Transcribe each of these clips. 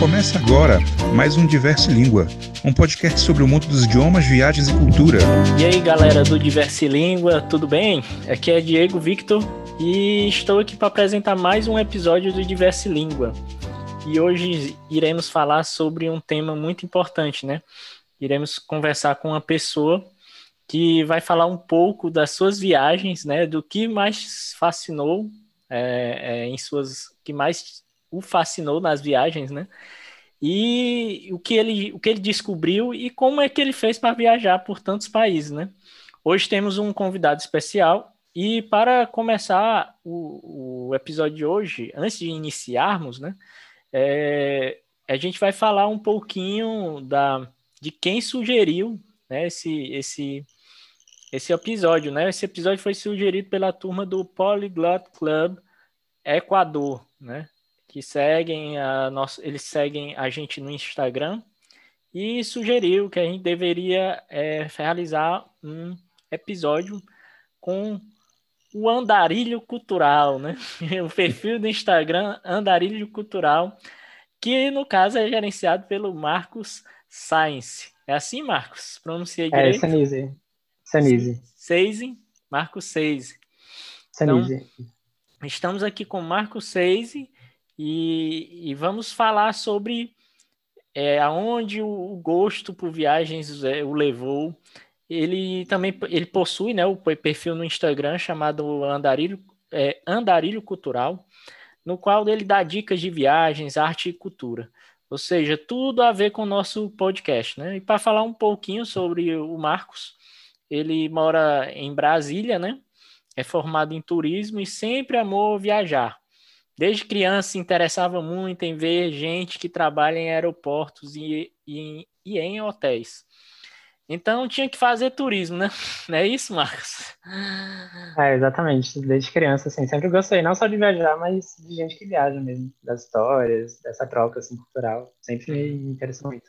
Começa agora mais um Diversilíngua, um podcast sobre o mundo dos idiomas, viagens e cultura. E aí, galera do Diversilíngua, tudo bem? Aqui é Diego Victor e estou aqui para apresentar mais um episódio do Diversilíngua. E hoje iremos falar sobre um tema muito importante, né? Iremos conversar com uma pessoa que vai falar um pouco das suas viagens, né? Do que mais fascinou que mais o fascinou nas viagens, né? E o que ele descobriu e como é que ele fez para viajar por tantos países, né? Hoje temos um convidado especial e para começar o episódio de hoje, antes de iniciarmos, né? A gente vai falar um pouquinho de quem sugeriu, né, esse episódio, né? Esse episódio foi sugerido pela turma do Polyglot Club Equador, né? Eles seguem a gente no Instagram e sugeriu que a gente deveria realizar um episódio com o Andarilho Cultural, né? O perfil do Instagram Andarilho Cultural, que no caso é gerenciado pelo Marcos Sainz. É assim, Marcos? Pronunciei direito? Senise. Seise, Marcos Seise. Então, Senise. estamos aqui com o Marcos Seise e vamos falar sobre aonde o gosto por viagens o levou. Ele possui, né, o perfil no Instagram chamado Andarilho Cultural, no qual ele dá dicas de viagens, arte e cultura. Ou seja, tudo a ver com o nosso podcast, né? E para falar um pouquinho sobre o Marcos, ele mora em Brasília, né? É formado em turismo e sempre amou viajar. Desde criança se interessava muito em ver gente que trabalha em aeroportos e em hotéis. Então tinha que fazer turismo, né? Não é isso, Marcos? Exatamente. Desde criança, assim, sempre gostei, não só de viajar, mas de gente que viaja mesmo, das histórias, dessa troca, assim, cultural. Sempre me interessou muito.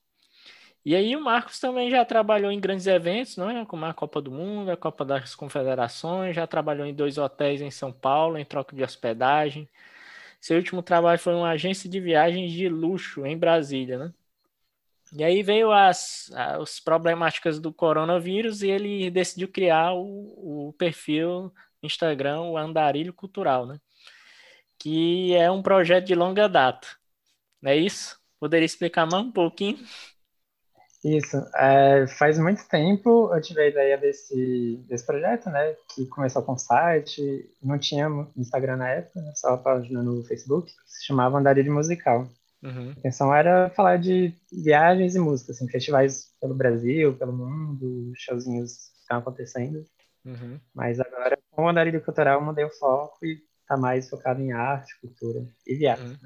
E aí o Marcos também já trabalhou em grandes eventos, não é? Como a Copa do Mundo, a Copa das Confederações, já trabalhou em 2 hotéis em São Paulo, em troca de hospedagem. Seu último trabalho foi uma agência de viagens de luxo em Brasília, né? E aí veio as problemáticas do coronavírus e ele decidiu criar o perfil Instagram, o Andarilho Cultural, né? Que é um projeto de longa data, não é isso? Poderia explicar mais um pouquinho? Isso. Faz muito tempo eu tive a ideia desse projeto, né? Que começou com site, não tinha Instagram na época, né, só a página no Facebook, que se chamava Andarilho Musical. Uhum, A intenção era falar de viagens e música, assim, festivais pelo Brasil, pelo mundo, showzinhos que estão acontecendo. uhum. Mas agora, com o Andarilho Cultural, eu mudei o foco e tá mais focado em arte, cultura e viagem. Uhum.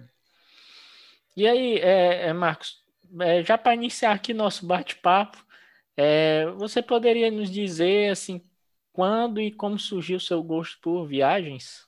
E aí, Marcos, já para iniciar aqui nosso bate-papo, você poderia nos dizer assim quando e como surgiu o seu gosto por viagens?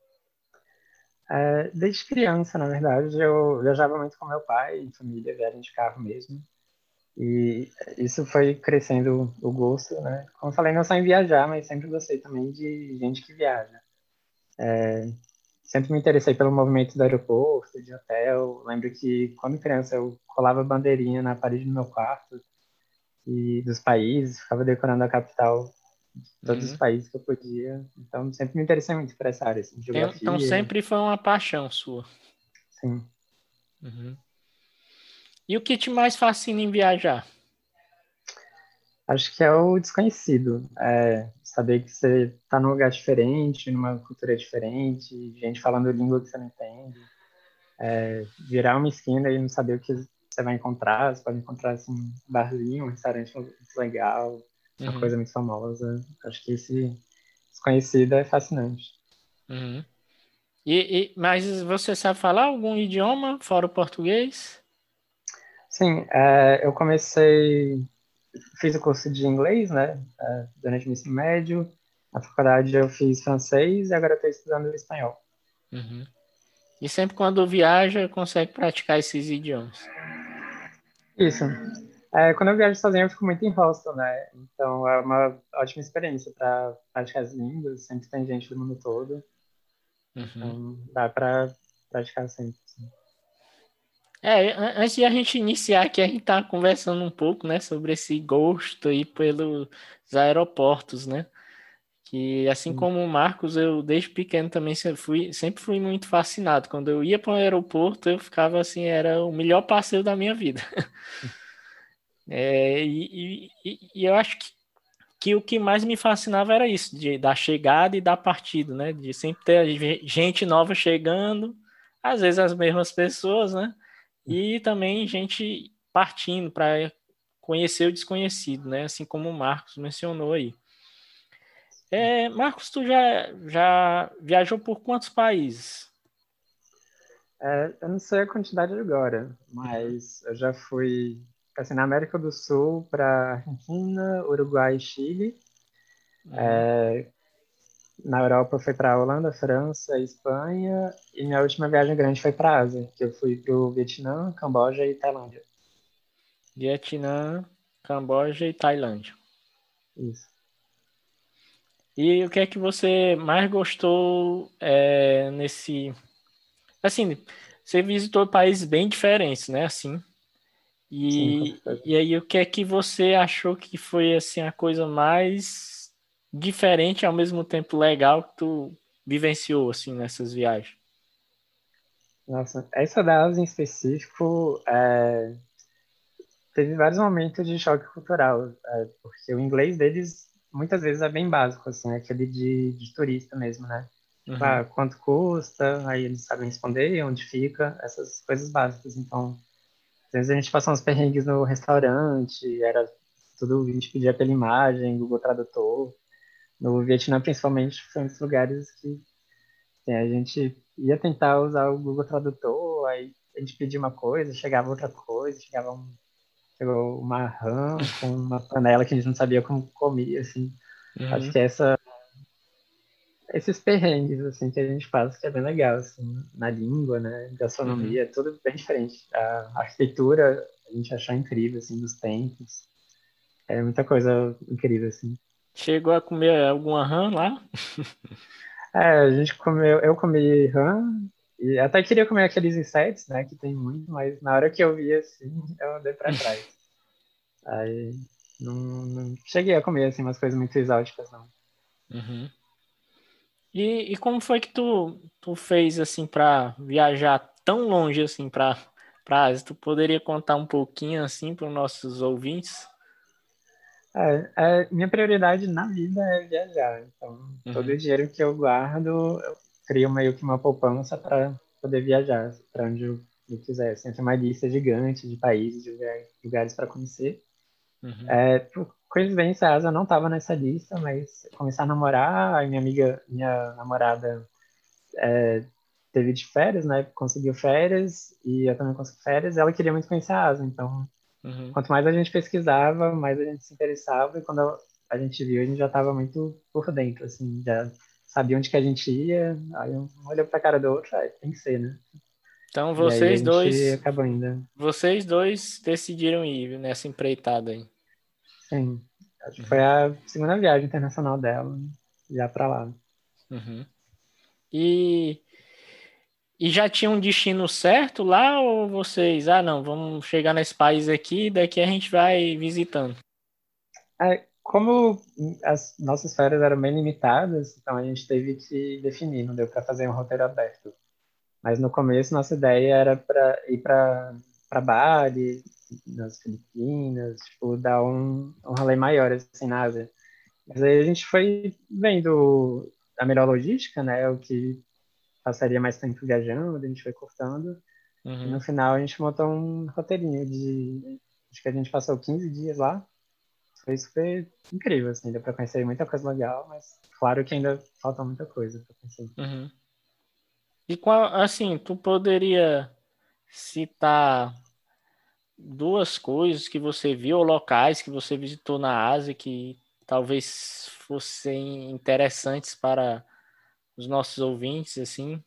Desde criança, na verdade, eu viajava muito com meu pai e família, viagem de carro mesmo. E isso foi crescendo o gosto, né? Como eu falei, não só em viajar, mas sempre gostei também de gente que viaja. Sempre me interessei pelo movimento do aeroporto, de hotel. Lembro que, quando criança, eu colava bandeirinha na parede do meu quarto e dos países, ficava decorando a capital de todos os Uhum. países que eu podia. Então, sempre me interessei muito por essa área, assim, de Então geografia, sempre foi uma paixão sua. sim. Uhum. E o que te mais fascina em viajar? Acho que é o desconhecido. Saber que você está num lugar diferente, numa cultura diferente, gente falando língua que você não entende. Virar uma esquina e não saber o que você vai encontrar. Você pode encontrar assim, um barzinho, um restaurante muito legal, uma Uhum. coisa muito famosa. Acho que esse desconhecido é fascinante. Uhum. Mas você sabe falar algum idioma fora o português? Sim, eu fiz o curso de inglês, né, durante o ensino médio. Na faculdade eu fiz francês e agora estou estudando espanhol. Uhum. E sempre quando viaja, consegue praticar esses idiomas. Isso. Quando eu viajo sozinho, eu fico muito em hostel, né? Então é uma ótima experiência para praticar as línguas. Sempre tem gente do mundo todo. Uhum. Então dá para praticar sempre, assim. Antes de a gente iniciar aqui, a gente tá conversando um pouco, né, sobre esse gosto aí pelos aeroportos, né? Que assim como o Marcos, eu desde pequeno também sempre fui muito fascinado. Quando eu ia para o aeroporto, eu ficava assim, era o melhor passeio da minha vida. E eu acho que o que mais me fascinava era isso, da chegada e da partida, né? De sempre ter gente nova chegando, às vezes as mesmas pessoas, né? E também gente partindo para conhecer o desconhecido, né? Assim como o Marcos mencionou aí. Marcos, tu já viajou por quantos países? Eu não sei a quantidade agora, mas eu já fui assim, na América do Sul para Argentina, Uruguai e Chile. Uhum. Na Europa foi para Holanda, França, Espanha. E minha última viagem grande foi para a Ásia, que eu fui para o Vietnã, Camboja e Tailândia. Vietnã, Camboja e Tailândia. Isso. E o que é que você mais gostou nesse... Assim, você visitou países bem diferentes, né? Assim, Sim, com e, certeza. e aí o que é que você achou que foi assim a coisa mais diferente, ao mesmo tempo legal que tu vivenciou assim nessas viagens? Nossa, essa da Ásia em específico teve vários momentos de choque cultural, porque o inglês deles muitas vezes é bem básico, assim, é aquele de turista mesmo, né? Tipo, Uhum, quanto custa? Aí eles sabem responder, onde fica, essas coisas básicas. Então, às vezes a gente passou uns perrengues no restaurante, era tudo, a gente pedia pela imagem, Google Tradutor. No Vietnã, principalmente, foi um dos lugares que a gente ia tentar usar o Google Tradutor, aí a gente pedia uma coisa, chegava outra coisa, chegou uma rã com uma panela que a gente não sabia como comia, assim. Acho uhum, que esses perrengues, assim, que a gente faz, que é bem legal, assim, na língua, né, uhum. gastronomia, tudo bem diferente. A arquitetura, a gente achou incrível, assim, dos templos. É muita coisa incrível, assim. Chegou a comer alguma rã lá? A gente comeu, eu comi rã, e até queria comer aqueles insetos, né, que tem muito, mas na hora que eu vi, assim, eu dei pra trás. Aí, não cheguei a comer, assim, umas coisas muito exóticas, não. Uhum. E como foi que tu fez assim para viajar tão longe assim para Ásia? Tu poderia contar um pouquinho assim para os nossos ouvintes? Minha prioridade na vida é viajar. Então, todo o Uhum, dinheiro que eu guardo, eu crio meio que uma poupança para poder viajar para onde eu quiser. Assim, tem uma lista gigante de países, de lugares para conhecer. uhum, Por coincidência, a Asa não estava nessa lista, mas começar a namorar, aí minha namorada teve de férias, né? Conseguiu férias e eu também consegui férias. Ela queria muito conhecer a Asa, então uhum. quanto mais a gente pesquisava, mais a gente se interessava, e quando a gente viu, a gente já estava muito por dentro, assim, já sabia onde que a gente ia, aí um olhou pra cara do outro, tem que ser, né? Então E aí a gente acabou indo. vocês dois decidiram ir nessa empreitada aí. Sim, acho que foi Uhum, a segunda viagem internacional dela, já pra lá. uhum. E, e já tinha um destino certo lá ou vocês, não, vamos chegar nesse país aqui, daqui a gente vai visitando? Como as nossas férias eram bem limitadas, então a gente teve que definir, não deu para fazer um roteiro aberto. Mas no começo, nossa ideia era para ir para Bali, nas Filipinas, tipo, dar um rolê maior, assim, na Ásia. Mas aí a gente foi vendo a melhor logística, né? O que passaria mais tempo viajando, a gente foi cortando. E no Uhum. final a gente montou um roteirinho de... Acho que a gente passou 15 dias lá. Foi super incrível, assim, deu para conhecer muita coisa legal, mas claro que ainda falta muita coisa para conhecer. Uhum. E qual, assim, tu poderia citar duas coisas que você viu, ou locais que você visitou na Ásia que talvez fossem interessantes para os nossos ouvintes, assim?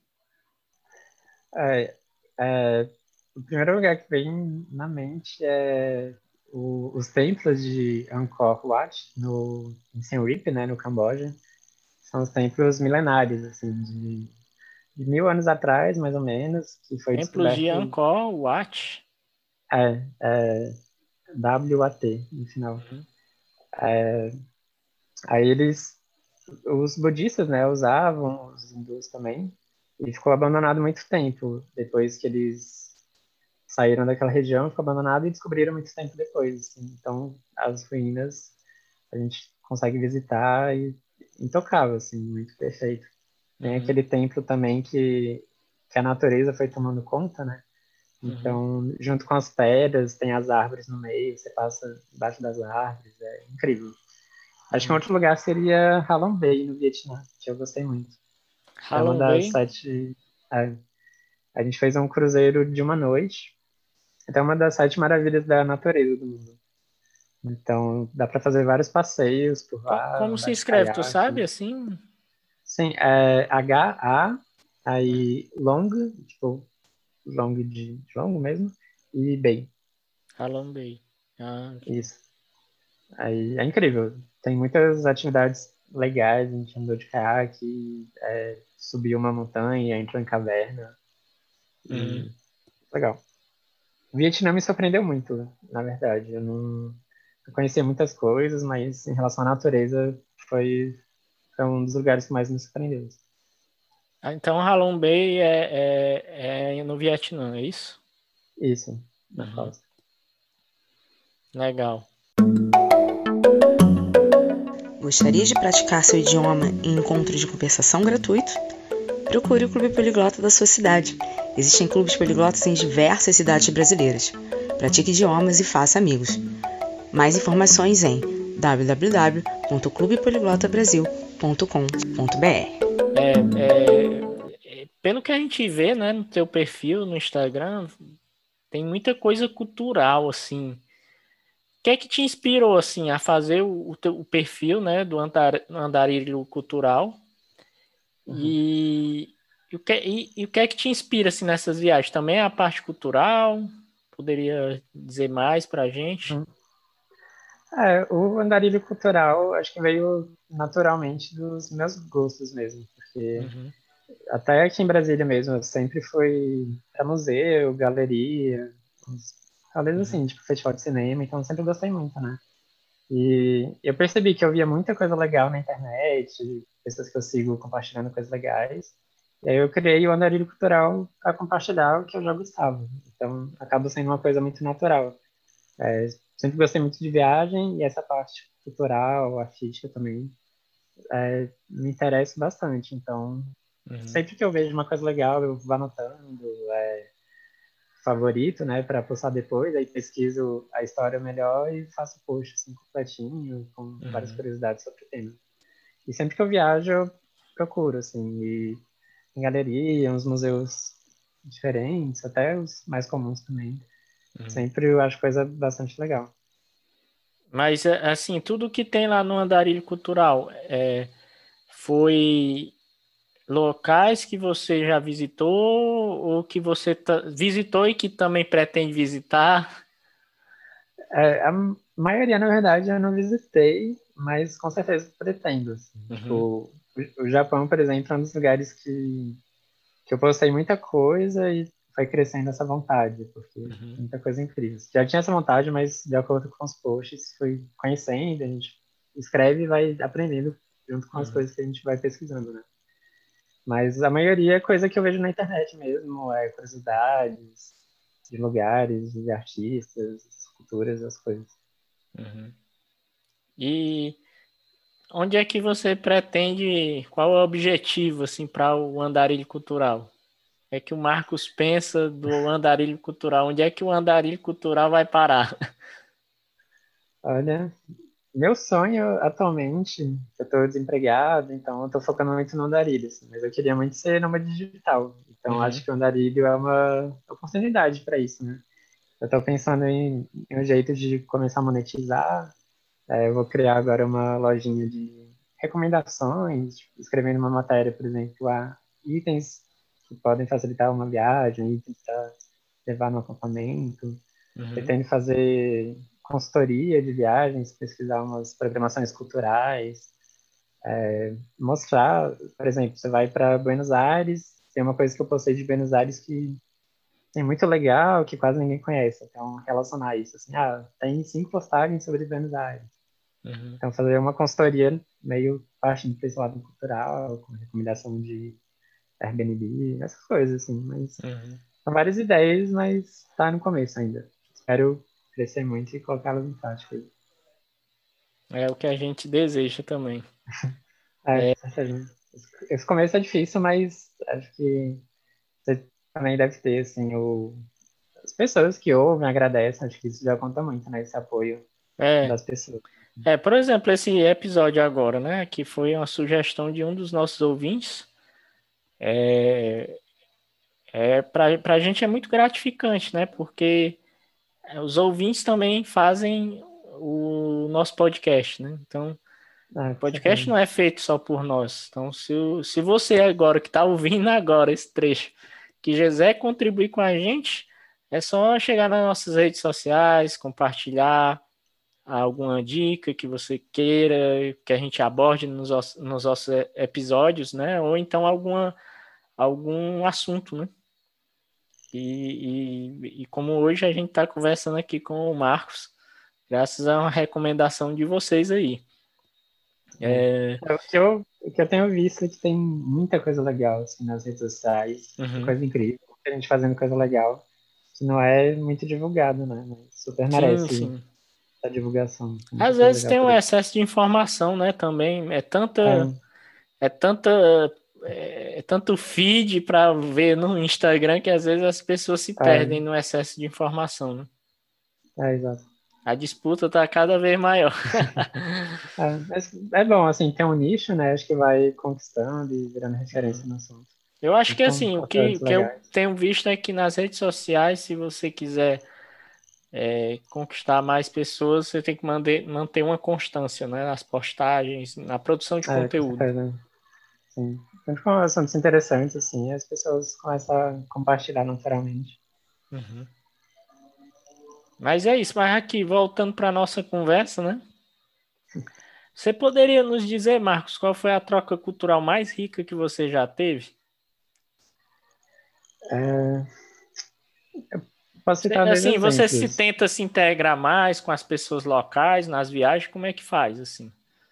É, o primeiro lugar que vem na mente é os templos de Angkor Wat, em Siem Reap, né, no Camboja. São os templos milenários, assim, de 1000 anos atrás, mais ou menos, que foi Templos de descoberto. Angkor Wat. É WAT no final. Uhum. Aí os budistas, né, usavam, os hindus também, e ficou abandonado muito tempo, depois que eles saíram daquela região, ficou abandonado e descobriram muito tempo depois, assim. Então, as ruínas a gente consegue visitar e intocável, assim, muito perfeito. Tem Uhum. aquele templo também que a natureza foi tomando conta, né? Uhum. Então, junto com as pedras, tem as árvores no meio, você passa debaixo das árvores, é incrível. Acho que um Uhum. outro lugar seria Halong Bay, no Vietnã, que eu gostei muito. É uma Halong das Bay. 7. A gente fez um cruzeiro de uma noite, até uma das 7 maravilhas da natureza do mundo. Então, dá para fazer vários passeios por lá, Como se andar de escreve, tu sabe, caiaque. assim? Sim, é HA, aí Long, tipo, Long de longo mesmo, e Bay. Halong Bay. Ah, Isso. Aí é incrível. Tem muitas atividades legais. A gente andou de caiaque, subiu uma montanha, entrou em caverna. uhum. E legal. O Vietnã me surpreendeu muito, na verdade. Eu conhecia muitas coisas, mas em relação à natureza, foi um dos lugares que mais me surpreendeu. Ah, então, Halong Bay é no Vietnã, é isso? Isso, na Uhum. costa. Legal. Gostaria de praticar seu idioma em encontro de conversação gratuito? Procure o Clube Poliglota da sua cidade. Existem clubes poliglotas em diversas cidades brasileiras. Pratique idiomas e faça amigos. Mais informações em www.clubepoliglotabrasil.com.br. Pelo que a gente vê, né, no teu perfil no Instagram, tem muita coisa cultural, assim. O que é que te inspirou, assim, a fazer o perfil, né, do Andarilho Cultural? Uhum. E o que é que te inspira, assim, nessas viagens? Também a parte cultural? Poderia dizer mais pra gente? Uhum. O andarilho cultural acho que veio naturalmente dos meus gostos mesmo, porque Uhum, até aqui em Brasília mesmo, eu sempre fui para museu, galeria, uns rolês uhum, assim, tipo festival de cinema, então eu sempre gostei muito, né? E eu percebi que eu via muita coisa legal na internet, pessoas que eu sigo compartilhando coisas legais, e aí eu criei o Andarilho Cultural para compartilhar o que eu já gostava. Então acaba sendo uma coisa muito natural. Sempre gostei muito de viagem e essa parte cultural, artística também, me interessa bastante. Então, uhum, sempre que eu vejo uma coisa legal, eu vou anotando, favorito, né, para postar depois, aí pesquiso a história melhor e faço post assim completinho, com várias uhum, curiosidades sobre o tema. E sempre que eu viajo, eu procuro assim, ir em galeria, uns museus diferentes, até os mais comuns também. uhum. Sempre eu acho coisa bastante legal. Mas, assim, tudo que tem lá no Andarilho Cultural foi locais que você já visitou ou que você visitou e que também pretende visitar? A maioria, na verdade, eu não visitei, mas com certeza pretendo. Assim. Uhum, Tipo, o Japão, por exemplo, é um dos lugares que eu postei muita coisa e foi crescendo essa vontade, porque uhum, muita coisa incrível. Já tinha essa vontade, mas de acordo com os posts, fui conhecendo, a gente escreve e vai aprendendo junto com as uhum, coisas que a gente vai pesquisando, né? Mas a maioria é coisa que eu vejo na internet mesmo, curiosidades de lugares, de artistas, culturas, as coisas. uhum. E onde é que você pretende, qual é o objetivo assim para o Andarilho Cultural? É que o Marcos pensa do Andarilho Cultural, onde é que o Andarilho Cultural vai parar? Olha, meu sonho atualmente, eu estou desempregado, então eu estou focando muito no Andarilho, assim, mas eu queria muito ser nômade digital. Então Uhum, acho que o Andarilho é uma oportunidade para isso, né? Eu estou pensando em um jeito de começar a monetizar. Eu vou criar agora uma lojinha de recomendações, tipo, escrevendo uma matéria, por exemplo, itens que podem facilitar uma viagem, itens para levar no acampamento. uhum, Pretendo fazer consultoria de viagens, pesquisar umas programações culturais, mostrar, por exemplo, você vai para Buenos Aires, tem uma coisa que eu postei de Buenos Aires que é muito legal, que quase ninguém conhece. Então, relacionar isso, assim, tem 5 postagens sobre Buenos Aires. Uhum. Então, fazer uma consultoria meio partindo para esse lado cultural, com recomendação de Airbnb, essas coisas, assim. Mas Uhum. são várias ideias, mas tá no começo ainda. Espero crescer muito e colocá-las em prática. É o que a gente deseja também. Com certeza. Esse começo é difícil, mas acho que você também deve ter, assim, as pessoas que ouvem, agradecem. Acho que isso já conta muito, né? Esse apoio É, das pessoas. por exemplo, esse episódio agora, né, que foi uma sugestão de um dos nossos ouvintes, pra gente é muito gratificante, né, porque os ouvintes também fazem o nosso podcast, né, então o Com podcast certeza. não é feito só por nós, então se você agora que está ouvindo agora esse trecho, que quiser contribuir com a gente, é só chegar nas nossas redes sociais, compartilhar alguma dica que você queira que a gente aborde nos nossos episódios, né? Ou então algum assunto, né? E como hoje a gente está conversando aqui com o Marcos, graças a uma recomendação de vocês aí. O que eu tenho visto é que tem muita coisa legal assim, nas redes sociais, muita Uhum. coisa incrível, muita gente fazendo coisa legal, que não é muito divulgado, né? Mas super Sim, merece sim. a divulgação. Tem muita Às coisa vezes legal tem um por aí. excesso de informação, né? Também é tanta é tanto feed para ver no Instagram que às vezes as pessoas se perdem É, no excesso de informação, né? exato. A disputa tá cada vez maior. Mas é bom, assim, ter um nicho, né? Acho que vai conquistando e virando referência no assunto. Eu acho que Sempre com assim, o conteúdos que eu legais. tenho visto é que nas redes sociais, se você quiser conquistar mais pessoas, você tem que manter uma constância, né? Nas postagens, na produção de Com conteúdo. certeza. Sim. Sempre com assuntos interessantes, assim, as pessoas começam a compartilhar naturalmente. Uhum. Mas é isso, mas aqui, voltando para nossa conversa, né? Você poderia nos dizer, Marcos, qual foi a troca cultural mais rica que você já teve? É, posso citar dois Assim, você se exemplos. tenta se integrar mais com as pessoas locais nas viagens, como é que faz, assim?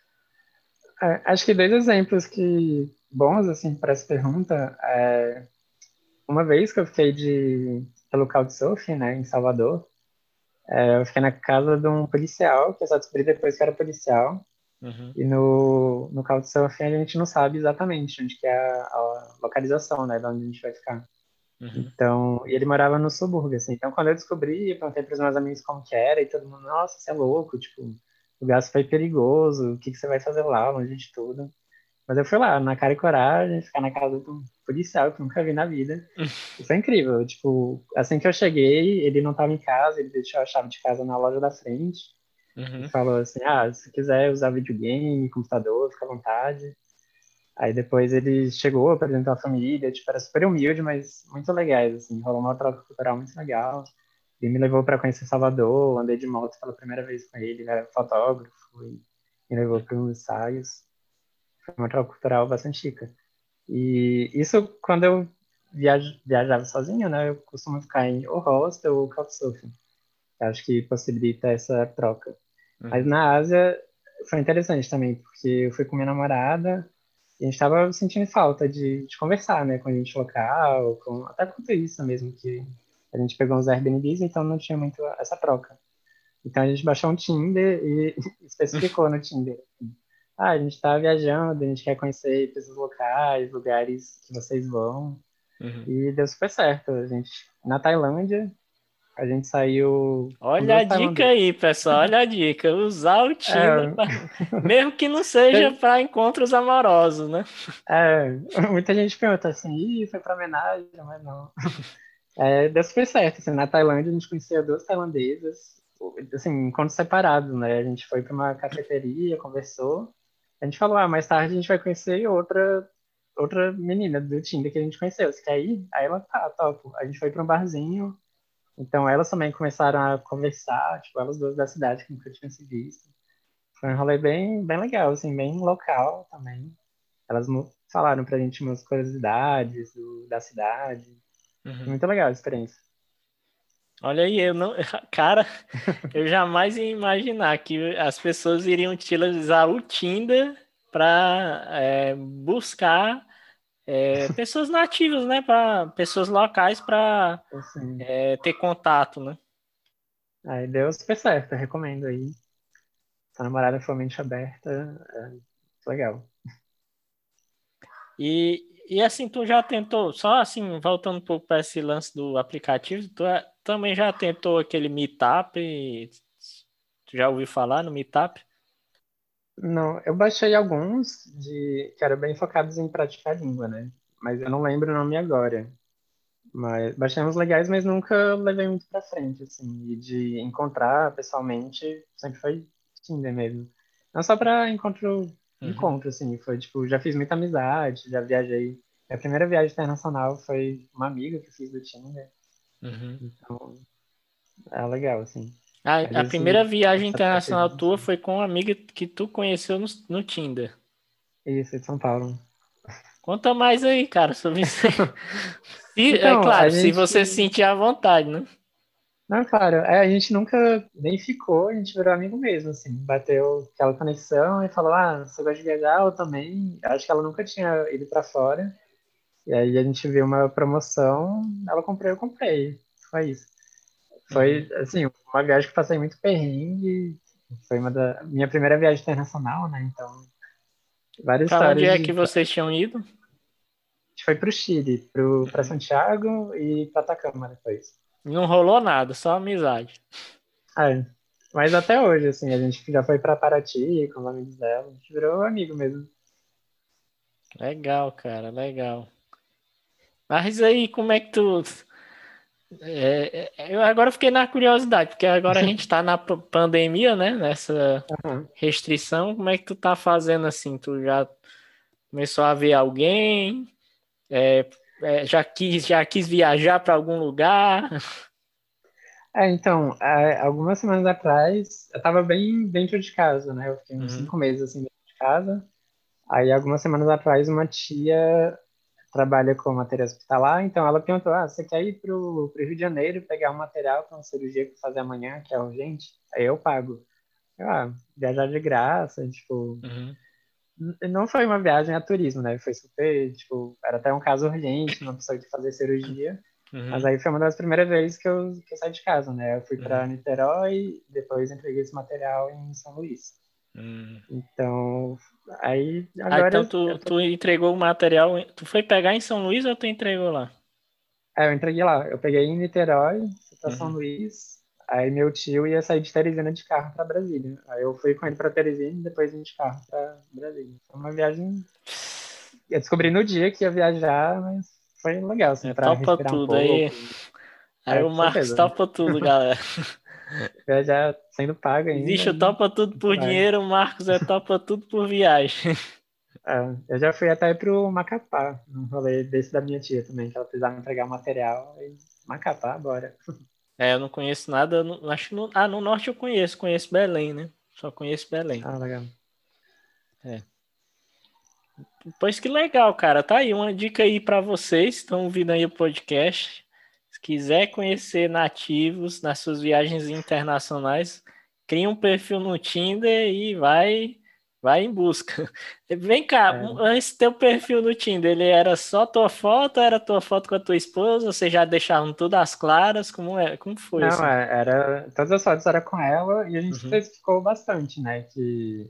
Acho que dois exemplos que bons assim para essa pergunta. Uma vez que eu fiquei pelo Couchsurfing, né, em Salvador, eu fiquei na casa de um policial, que eu só descobri depois que era policial. Uhum, E no Couchsurfing a gente não sabe exatamente onde que é a localização, né, de onde a gente vai ficar. uhum, Então, e ele morava no subúrbio, assim. Então, quando eu descobri, eu perguntei para os meus amigos como que era, e todo mundo, nossa, você é louco, tipo, o lugar super perigoso, o que que você vai fazer lá, longe de tudo. Mas eu fui lá, na cara e coragem, ficar na casa de um policial que eu nunca vi na vida. E foi incrível, tipo, assim que eu cheguei, ele não estava em casa, ele deixou a chave de casa na loja da frente, e uhum. falou assim, se quiser usar videogame, computador, fica à vontade. Aí depois ele chegou, apresentou a família, tipo, era super humilde, mas muito legais, assim, rolou uma troca cultural muito legal. Ele me levou para conhecer Salvador, andei de moto pela primeira vez com ele era fotógrafo, e me levou para uns ensaios. Foi uma troca cultural bastante chique. E isso quando eu viajava sozinho, né, eu costumo ficar em ou hostel ou couchsurfing. Acho que possibilita essa troca. Mas Uhum. na Ásia foi interessante também, porque eu fui com minha namorada e a gente estava sentindo falta de conversar, né, com a gente local, até com turista mesmo, que a gente pegou uns Airbnbs, então não tinha muito essa troca. Então a gente baixou um Tinder e especificou no Tinder. A gente está viajando, a gente quer conhecer pessoas locais, lugares que vocês vão. Uhum. E deu super certo. Na Tailândia, a gente saiu com Olha a duas dica tailandesas. aí, pessoal. Olha a dica. Usar o Tinder, É, mesmo que não seja para encontros amorosos, né? é, muita gente pergunta assim, foi pra homenagem, mas não. Deu super certo. Assim, na Tailândia, a gente conheceu duas tailandesas, assim, encontros separados, né? A gente foi para uma cafeteria, conversou. A gente falou, mais tarde a gente vai conhecer outra menina do Tinder que a gente conheceu. Você quer ir? Aí ela, tá, topo. A gente foi para um barzinho. Então elas também começaram a conversar, tipo, elas duas da cidade que nunca tinham se visto. Foi um rolê bem, bem legal, assim, bem local também. elas falaram pra gente umas curiosidades da cidade. Uhum. Muito legal a experiência. Olha aí, eu não, cara, eu jamais ia imaginar que as pessoas iriam utilizar o Tinder para buscar pessoas nativas, né? Para pessoas locais para Assim, ter contato, né? aí deu super certo, eu recomendo aí. Se a namorada for mente aberta, legal. E assim, tu já tentou, só assim, voltando um pouco para esse lance do aplicativo, tu também já tentou aquele Meetup? Tu já ouviu falar no Meetup? Não, eu baixei alguns que eram bem focados em praticar a língua, né? Mas eu não lembro o nome agora. Mas baixei uns legais, mas nunca levei muito pra frente, assim. E de encontrar pessoalmente, sempre foi Tinder mesmo. Não só pra Uhum, encontro, assim. Foi, tipo, já fiz muita amizade, já viajei. A primeira viagem internacional foi uma amiga que eu fiz do Tinder. uhum. Então, é legal, assim. Mas A primeira viagem esse internacional aplicativo, tua assim. foi com uma amiga que tu conheceu no Tinder. Isso, de São Paulo. Conta mais aí, cara, sobre isso aí. É Então, a claro, se gente. você se sentir à vontade, né? Não, claro, a gente nunca nem ficou, a gente virou amigo mesmo, assim. Bateu aquela conexão e falou: Ah, você gosta de viajar? Eu também. Acho que ela nunca tinha ido pra fora. E aí a gente viu uma promoção, ela comprou, eu comprei. Foi isso. Uhum. Foi, assim, uma viagem que eu passei muito perrengue. Foi uma da minha primeira viagem internacional, né? Então, várias Pra onde histórias é de. que vocês tinham ido? A gente foi pro Chile, pra Uhum. Santiago e pra Atacama depois. Não rolou nada, só amizade. É, mas até hoje, assim, a gente já foi pra Paraty com os amigos dela, a gente virou amigo mesmo. Legal, cara, legal. Mas aí, como é que tu. Eu agora fiquei na curiosidade, porque agora a gente tá na pandemia, né? Nessa Aham. restrição. Como é que tu tá fazendo assim? Tu já começou a ver alguém? É, já quis viajar para algum lugar? Então, algumas semanas atrás, eu tava bem dentro de casa, né? Eu fiquei uns Uhum, 5 meses, assim, dentro de casa. Aí, algumas semanas atrás, uma tia trabalha com material hospitalar, então ela perguntou, você quer ir pro Rio de Janeiro pegar um material para uma cirurgia que eu vou fazer amanhã, que é urgente? Aí eu pago. Viajar de graça, tipo, uhum, não foi uma viagem a turismo, né? Foi super, tipo, era até um caso urgente, uma pessoa que fazer cirurgia. Mas uhum, aí foi uma das primeiras vezes que eu saí de casa, né? Eu fui uhum, para Niterói, depois entreguei esse material em São Luís. uhum. Então, aí Ah, então agora tu entregou o material. Tu foi pegar em São Luís ou tu entregou lá? eu entreguei lá. Eu peguei em Niterói, fui para São Uhum. Luís. Aí meu tio ia sair de Teresina de carro para Brasília. Aí eu fui com ele para Teresina e depois vim de carro para Brasília. Foi uma viagem. Eu descobri no dia que ia viajar, mas foi legal, assim, para Topa respirar um tudo. Aí, pouco. aí o Com Marcos certeza, né? topa tudo, galera. Viajar sendo pago ainda, Existe o aí topa tudo a gente por vai. dinheiro, o Marcos é topa tudo por viagem. Eu já fui até pro Macapá, num rolê desse da minha tia também, que ela precisava entregar o material. E Macapá, bora. Eu não conheço nada. Acho que no norte eu conheço Belém, né? Só conheço Belém. Ah, legal. É. Pois que legal, cara. Tá aí uma dica aí pra vocês que estão ouvindo aí o podcast. Se quiser conhecer nativos nas suas viagens internacionais, cria um perfil no Tinder e vai em busca. Vem cá, É, esse teu perfil no Tinder, ele era só tua foto, ou era tua foto com a tua esposa? Vocês já deixavam tudo às claras? Como foi não, assim? todas as fotos eram com ela e a gente Uhum, especificou bastante, né? Que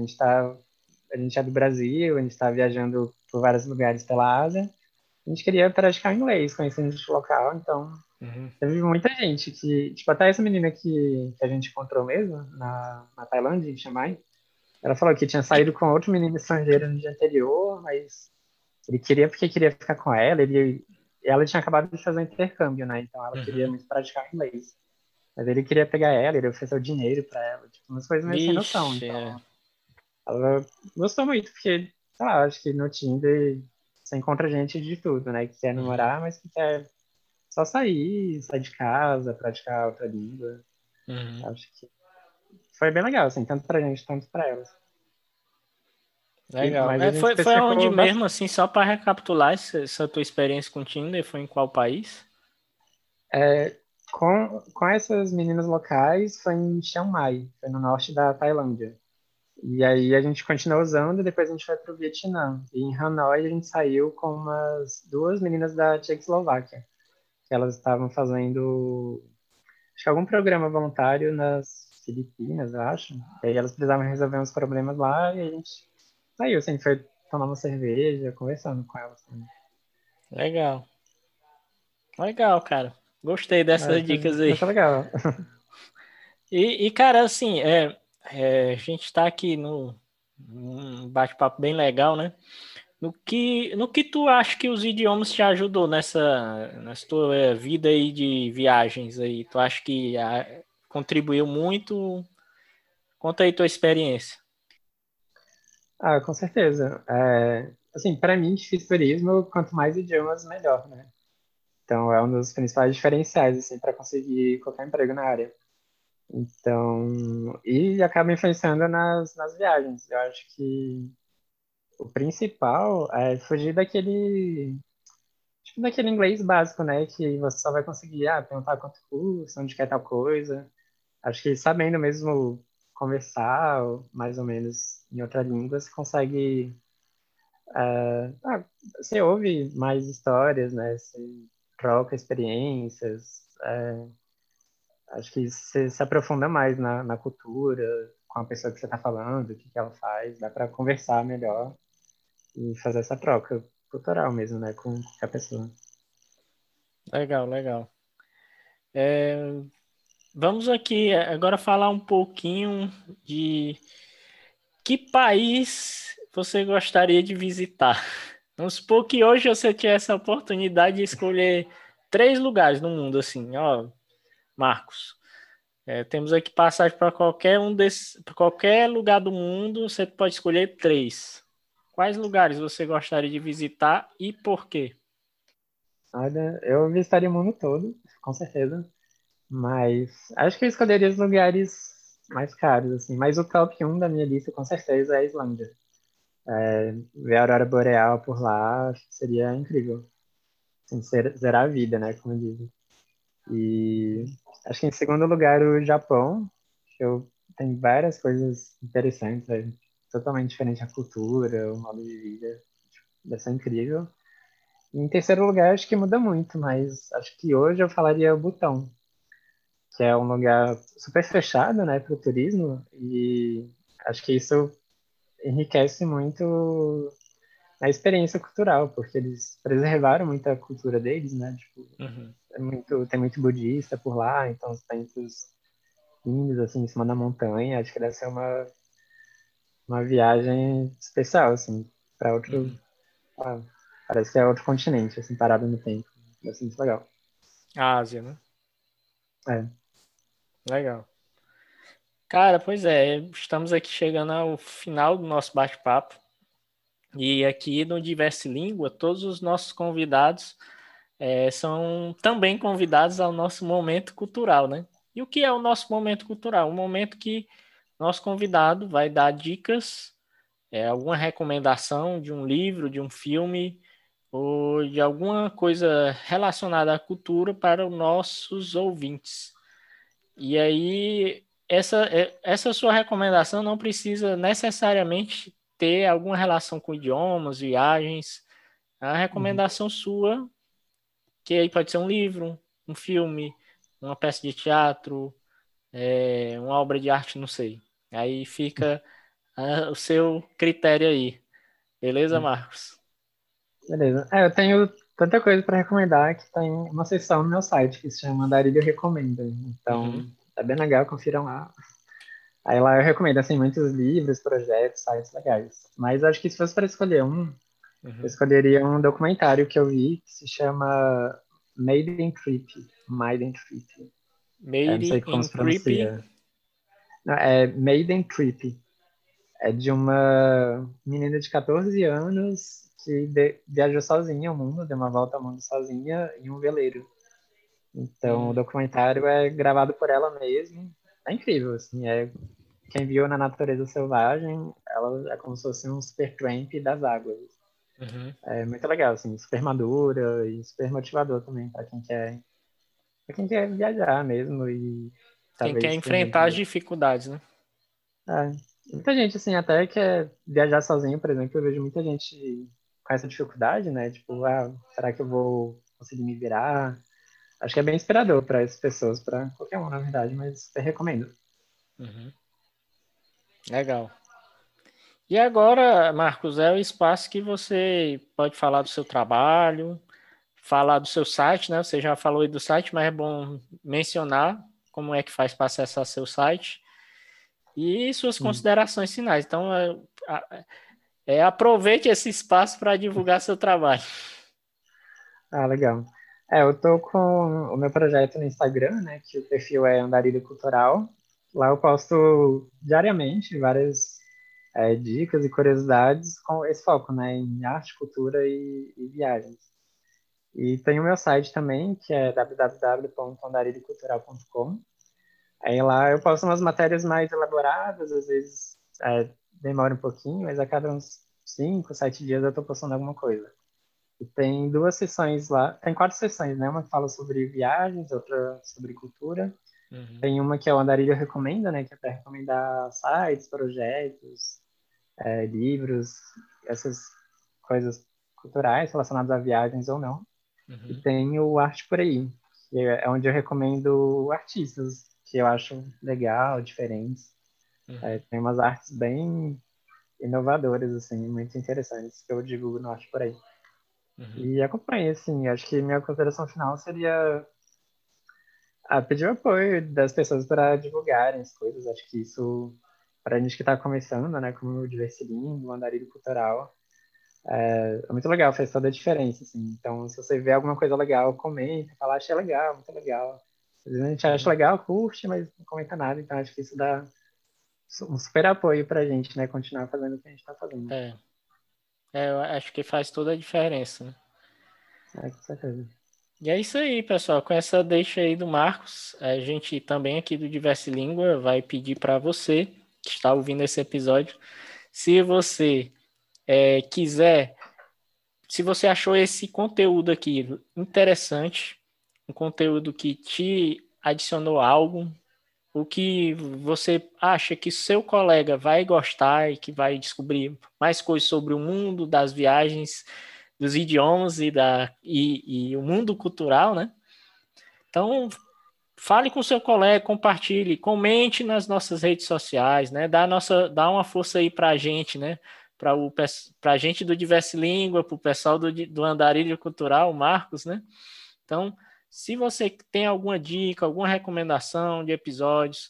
a gente é do Brasil, a gente tá viajando por vários lugares pela Ásia. A gente queria praticar inglês, conhecer gente local, então uhum, teve muita gente tipo, até essa menina que a gente encontrou mesmo na Tailândia, em Chiang Mai. Ela falou que tinha saído com outro menino estrangeiro no dia anterior, mas ele queria porque queria ficar com ela. Ela tinha acabado de fazer um intercâmbio, né? Então ela queria uhum. muito praticar inglês. Mas ele queria pegar ela, ele ofereceu dinheiro pra ela, tipo, umas coisas meio sem noção. Vixe, Então ela gostou muito, porque, sei lá, acho que no Tinder você encontra gente de tudo, né? Que quer uhum, namorar, mas que quer só sair de casa, praticar outra língua. uhum. Acho que foi bem legal, assim, tanto pra gente, tanto pra elas. Legal. Mas a gente Foi onde especificou mesmo, assim, só para recapitular essa tua experiência com o Tinder, foi em qual país? é, com essas meninas locais, foi em Chiang Mai, foi no norte da Tailândia. E aí a gente continuou usando, depois a gente foi para o Vietnã. E em Hanoi a gente saiu com umas duas meninas da Tchecoslováquia, que elas estavam fazendo, acho que algum programa voluntário nas Filipinas, eu acho. E aí elas precisavam resolver uns problemas lá e a gente saiu, assim, foi tomar uma cerveja, conversando com elas também. Legal. Legal, cara. Gostei dessas dicas aí. Foi legal. Cara, assim, a gente tá aqui num bate-papo bem legal, né? No que tu acha que os idiomas te ajudou nessa tua vida aí de viagens aí? Tu acha que contribuiu muito? Conta aí tua experiência. Ah, com certeza. Assim, para mim, que fiz turismo, quanto mais idiomas, melhor, né? Então, é um dos principais diferenciais, assim, para conseguir qualquer emprego na área. Então, e acaba influenciando nas viagens. Eu acho que o principal é fugir daquele, tipo, daquele inglês básico, né? Que você só vai conseguir, perguntar quanto custa, onde quer tal coisa. Acho que sabendo mesmo conversar, ou mais ou menos em outra língua, você consegue. Você ouve mais histórias, né? Você troca experiências. Acho que você se aprofunda mais na cultura, com a pessoa que você está falando, o que que ela faz. Dá para conversar melhor e fazer essa troca cultural mesmo, né? Com a pessoa. Legal, legal. Vamos aqui agora falar um pouquinho de que país você gostaria de visitar. Vamos supor que hoje você tinha essa oportunidade de escolher três lugares no mundo, assim, ó, Marcos. Temos aqui passagem para qualquer para qualquer lugar do mundo, você pode escolher três. Quais lugares você gostaria de visitar e por quê? Olha, eu visitaria o mundo todo, com certeza. Mas acho que eu escolheria os lugares mais caros, assim. Mas o top um da minha lista, com certeza, é a Islândia. Ver a aurora boreal por lá acho que seria incrível. Assim, zerar a vida, né? Como dizem. E acho que em segundo lugar o Japão, que eu tem várias coisas interessantes, é totalmente diferente a cultura, o modo de vida, deve ser incrível. E em terceiro lugar acho que muda muito, mas acho que hoje eu falaria o Butão, que é um lugar super fechado, né, para o turismo e acho que isso enriquece muito a experiência cultural, porque eles preservaram muita cultura deles, né, tipo, Uhum. tem muito budista por lá, então os templos lindos, assim, em cima da montanha. Acho que deve ser uma viagem especial, assim, para outro. Uhum. ah, Parece que é outro continente, assim, parado no tempo. Deve ser muito legal. A Ásia, né? É, Legal. Cara, pois é, estamos aqui chegando ao final do nosso bate-papo. E aqui no Diverse Língua, todos os nossos convidados são também convidados ao nosso momento cultural, né? E o que é o nosso momento cultural? Um momento que nosso convidado vai dar dicas, alguma recomendação de um livro, de um filme ou de alguma coisa relacionada à cultura para os nossos ouvintes. E aí, essa sua recomendação não precisa necessariamente ter alguma relação com idiomas, viagens. A uhum. recomendação sua, que aí pode ser um livro, um filme, uma peça de teatro, uma obra de arte, não sei. Aí fica o seu critério aí. Beleza, Marcos? Beleza. Eu tenho tanta coisa para recomendar que tem uma seção no meu site que se chama Darílio Recomenda. Uhum, Então, é bem legal, confiram lá. Aí lá eu recomendo, assim, muitos livros, projetos, sites legais. Mas acho que se fosse para escolher um, eu uhum. escolheria um documentário que eu vi que se chama Maiden Trip. Maiden Trip. Não sei Made como in se Creepy. pronuncia. Não, é Maiden Trip. É de uma menina de 14 anos que viajou sozinha ao mundo, deu uma volta ao mundo sozinha em um veleiro. Então, o Hum, documentário é gravado por ela mesma. É incrível, assim, quem viu na natureza selvagem, ela é como se fosse um Supertramp das águas. Uhum. É muito legal, assim, super madura e super motivador também para quem quer viajar mesmo e Quem quer talvez enfrentar as dificuldades, né? muita gente, assim, até quer viajar sozinho, por exemplo, eu vejo muita gente com essa dificuldade, né? Tipo, será que eu vou conseguir me virar? Acho que é bem inspirador para essas pessoas, para qualquer um, na verdade, mas eu recomendo. Uhum. Legal. E agora, Marcos, é o espaço que você pode falar do seu trabalho, falar do seu site, né? Você já falou aí do site, mas é bom mencionar como é que faz para acessar seu site e suas considerações finais. Então, aproveite esse espaço para divulgar seu trabalho. Legal. Eu tô com o meu projeto no Instagram, né? Que o perfil é Andarilho Cultural. Lá eu posto diariamente várias dicas e curiosidades com esse foco, né? Em arte, cultura e viagens. E tem o meu site também, que é www.andarilhocultural.com. Aí lá eu posto umas matérias mais elaboradas, às vezes demora um pouquinho, mas a cada uns 5, 7 dias eu tô postando alguma coisa. E tem 2 sessões lá, tem 4 sessões, né? Uma que fala sobre viagens, outra sobre cultura. Uhum. Tem uma que é o Andarilho Recomenda, né? Que é para recomendar sites, projetos, livros, essas coisas culturais relacionadas a viagens ou não. Uhum. E tem o Arte Por Aí, que é onde eu recomendo artistas que eu acho legal, diferentes. Uhum. Tem umas artes bem inovadoras, assim, muito interessantes, que eu divulgo no Arte Por Aí. Uhum. E acompanhe, assim, acho que minha consideração final seria pedir o apoio das pessoas para divulgarem as coisas. Acho que isso, para a gente que está começando, né, como o Diversilíngue, o Andarilho Cultural, é muito legal, faz toda a diferença, assim. Então, se você vê alguma coisa legal, comenta, fala, achei legal, muito legal. Às vezes a gente acha legal, curte, mas não comenta nada, então acho que isso dá um super apoio pra gente, né, continuar fazendo o que a gente tá fazendo. Eu acho que faz toda a diferença, né? Com certeza. E é isso aí, pessoal. Com essa deixa aí do Marcos, a gente também aqui do Diversilíngua vai pedir para você que está ouvindo esse episódio, se você quiser, se você achou esse conteúdo aqui interessante, um conteúdo que te adicionou algo, o que você acha que seu colega vai gostar e que vai descobrir mais coisas sobre o mundo das viagens, dos idiomas e o mundo cultural, né? Então, fale com seu colega, compartilhe, comente nas nossas redes sociais, né? Dá uma força aí pra gente, né? Pra gente do Diversilíngua, pro pessoal do Andarilho Cultural, o Marcos, né? Então, se você tem alguma dica, alguma recomendação de episódios,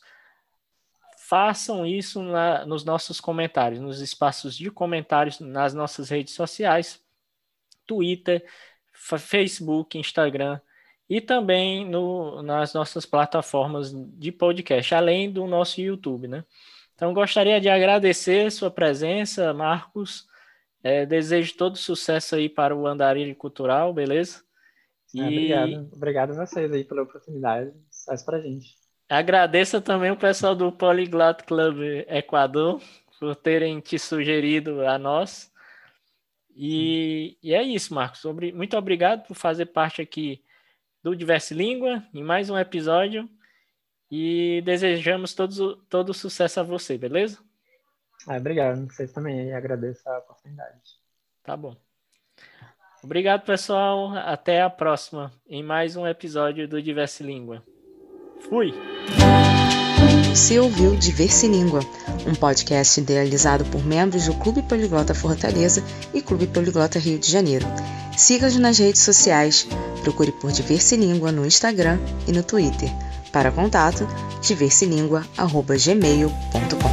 façam isso nos nossos comentários, nos espaços de comentários nas nossas redes sociais, Twitter, Facebook, Instagram e também nas nossas plataformas de podcast, além do nosso YouTube, né? Então, gostaria de agradecer sua presença, Marcos. Desejo todo sucesso aí para o Andarilho Cultural, beleza? Obrigado a vocês aí pela oportunidade. Sucesso pra gente. Agradeço também o pessoal do Polyglot Club Equador por terem te sugerido a nós. E é isso, Marcos. Muito obrigado por fazer parte aqui do Diversilíngua em mais um episódio. E desejamos todo sucesso a você, beleza? Obrigado. Vocês também. Agradeço a oportunidade. Tá bom. Obrigado, pessoal. Até a próxima em mais um episódio do Diversilíngua. Fui! Você ouviu Diversilíngua, um podcast idealizado por membros do Clube Poliglota Fortaleza e Clube Poliglota Rio de Janeiro. Siga-nos nas redes sociais, procure por Diversilíngua no Instagram e no Twitter. Para contato, diversilingua@gmail.com.